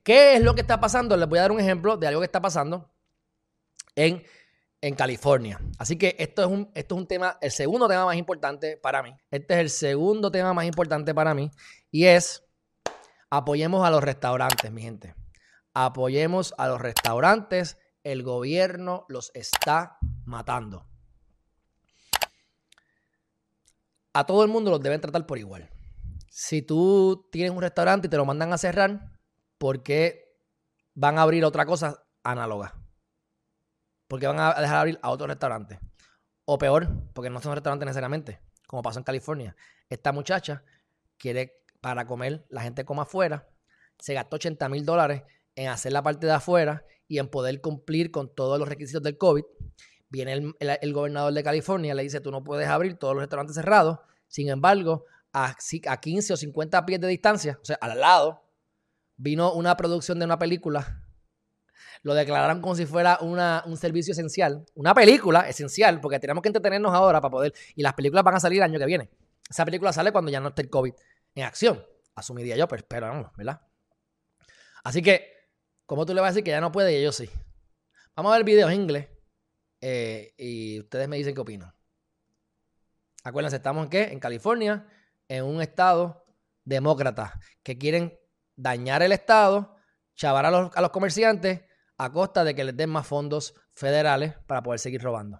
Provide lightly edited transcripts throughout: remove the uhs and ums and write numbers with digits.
¿Qué es lo que está pasando? Les voy a dar un ejemplo de algo que está pasando en California. Así que esto es un tema, el segundo tema más importante para mí. Este es el segundo tema más importante para mí y es apoyemos a los restaurantes, mi gente. Apoyemos a los restaurantes. El gobierno los está matando. A todo el mundo los deben tratar por igual. Si tú tienes un restaurante y te lo mandan a cerrar, ¿por qué van a abrir otra cosa análoga? Porque van a dejar abrir a otro restaurante. O peor, porque no son restaurantes necesariamente, como pasó en California. Esta muchacha quiere, para comer, la gente coma afuera, se gastó $80,000 en hacer la parte de afuera y en poder cumplir con todos los requisitos del COVID. Viene el gobernador de California, le dice, tú no puedes abrir todos los restaurantes cerrados. Sin embargo, a 15 o 50 pies de distancia, o sea, al lado, vino una producción de una película. Lo declararon como si fuera un servicio esencial. Una película esencial, porque tenemos que entretenernos ahora para poder... Y las películas van a salir el año que viene. Esa película sale cuando ya no esté el COVID en acción. Asumiría yo, pero esperamos, ¿verdad? Así que, ¿cómo tú le vas a decir que ya no puede y ellos sí? Vamos a ver videos en inglés y ustedes me dicen qué opinan. Acuérdense, ¿estamos en qué? En California, en un estado demócrata que quieren dañar el estado, chavar a los comerciantes a costa de que les den más fondos federales para poder seguir robando.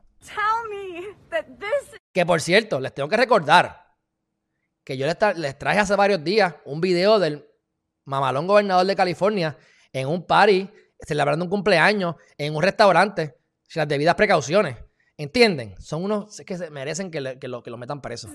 Que por cierto, les tengo que recordar que yo les traje hace varios días un video del mamalón gobernador de California en un party, celebrando un cumpleaños en un restaurante, sin las debidas precauciones. ¿Entienden? Son unos que se merecen que lo metan preso.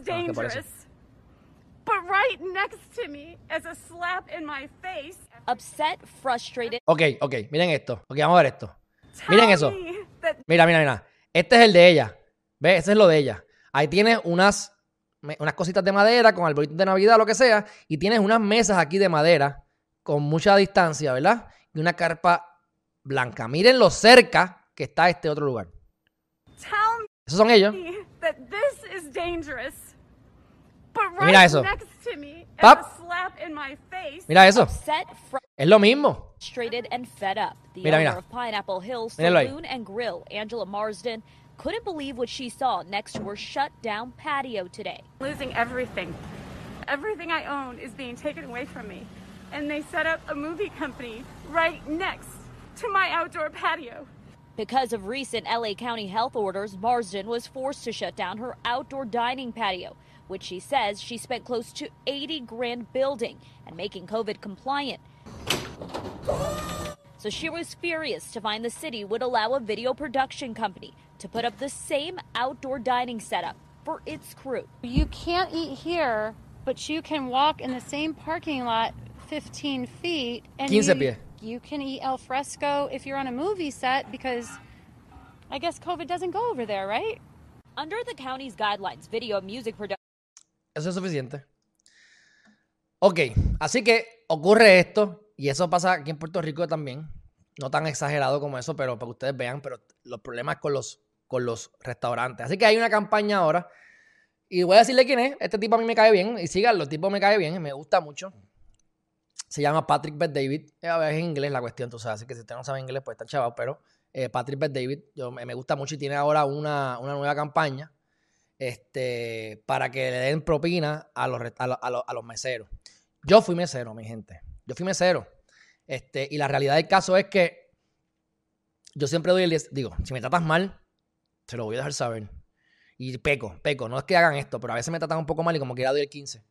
But right next to me is a slap in my face. Upset, frustrated. Ok, miren esto. Ok, vamos a ver esto. Miren eso. Mira. Este es el de ella. ¿Ves? Ese es lo de ella. Ahí tienes unas cositas de madera con arbolitos de Navidad, lo que sea, y tienes unas mesas aquí de madera con mucha distancia, ¿verdad? Y una carpa blanca. Miren lo cerca que está este otro lugar. Esos son ellos. Mira eso. Mira eso. Es lo mismo. Mira. Pineapple Hills Míralo ahí. Saloon and Grill, Angela Marsden, couldn't believe what she saw next to her shut-down patio today. Losing everything. Everything I own is being taken away from me. And they set up a movie company right next to my outdoor patio. Because of recent LA County health orders, Marsden was forced to shut down her outdoor dining patio, which she says she spent close to $80,000 building and making COVID compliant. So she was furious to find the city would allow a video production company to put up the same outdoor dining setup for its crew. You can't eat here, but you can walk in the same parking lot 15 feet and 15 pies. You can eat al fresco if you're on a movie set because I guess COVID doesn't go over there, right? Under the county's guidelines, video and music production. Eso es suficiente. Ok, así que ocurre esto y eso pasa aquí en Puerto Rico también. No tan exagerado como eso, pero para que ustedes vean, pero los problemas con los restaurantes. Así que hay una campaña ahora y voy a decirle quién es. Este tipo a mí me cae bien y síganlo, el tipo me cae bien, me gusta mucho. Se llama Patrick Bet-David. Es en inglés la cuestión, tú sabes. Así que si usted no sabe inglés, pues está chaval. Pero Patrick Bet-David me gusta mucho y tiene ahora una nueva campaña para que le den propina a los meseros. Yo fui mesero, mi gente. Yo fui mesero. Y la realidad del caso es que yo siempre doy el 10. Digo, si me tratas mal, te lo voy a dejar saber. Y peco. No es que hagan esto, pero a veces me tratan un poco mal y como quiera doy el 15.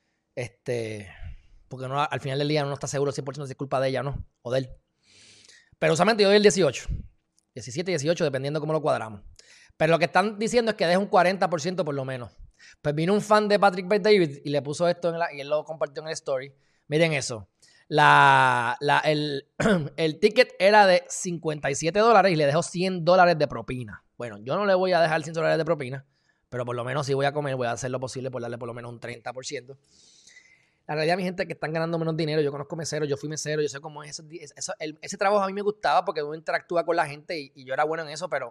Porque no, al final del día uno no está seguro 100% si es culpa de ella o no, o de él. Pero usualmente yo doy el 18. 17, 18, dependiendo cómo lo cuadramos. Pero lo que están diciendo es que deje un 40% por lo menos. Pues vino un fan de Patrick Bet-David y le puso esto y él lo compartió en el story. Miren eso. El ticket era de $57 y le dejó $100 de propina. Bueno, yo no le voy a dejar $100 de propina, pero por lo menos si voy a comer, voy a hacer lo posible por darle por lo menos un 30%. La realidad, mi gente, es que están ganando menos dinero. Yo conozco meseros, yo fui mesero, yo sé cómo es ese trabajo. A mí me gustaba porque uno interactúa con la gente y yo era bueno en eso, pero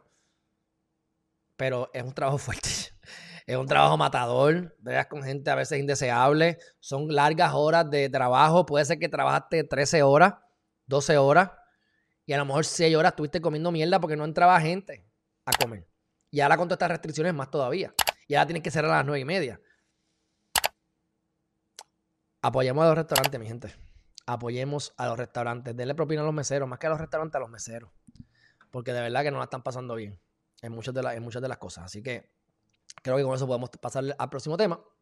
es un trabajo fuerte. Es un trabajo matador, veas con gente a veces indeseable. Son largas horas de trabajo. Puede ser que trabajaste 13 horas 12 horas y a lo mejor 6 horas estuviste comiendo mierda porque no entraba gente a comer. Y ahora con todas estas restricciones más todavía. Y ahora tienes que cerrar a las 9:30. Apoyemos a los restaurantes, mi gente. Apoyemos a los restaurantes. Denle propina a los meseros, más que a los restaurantes, a los meseros. Porque de verdad que no la están pasando bien en muchas de las cosas. Así que creo que con eso podemos pasar al próximo tema.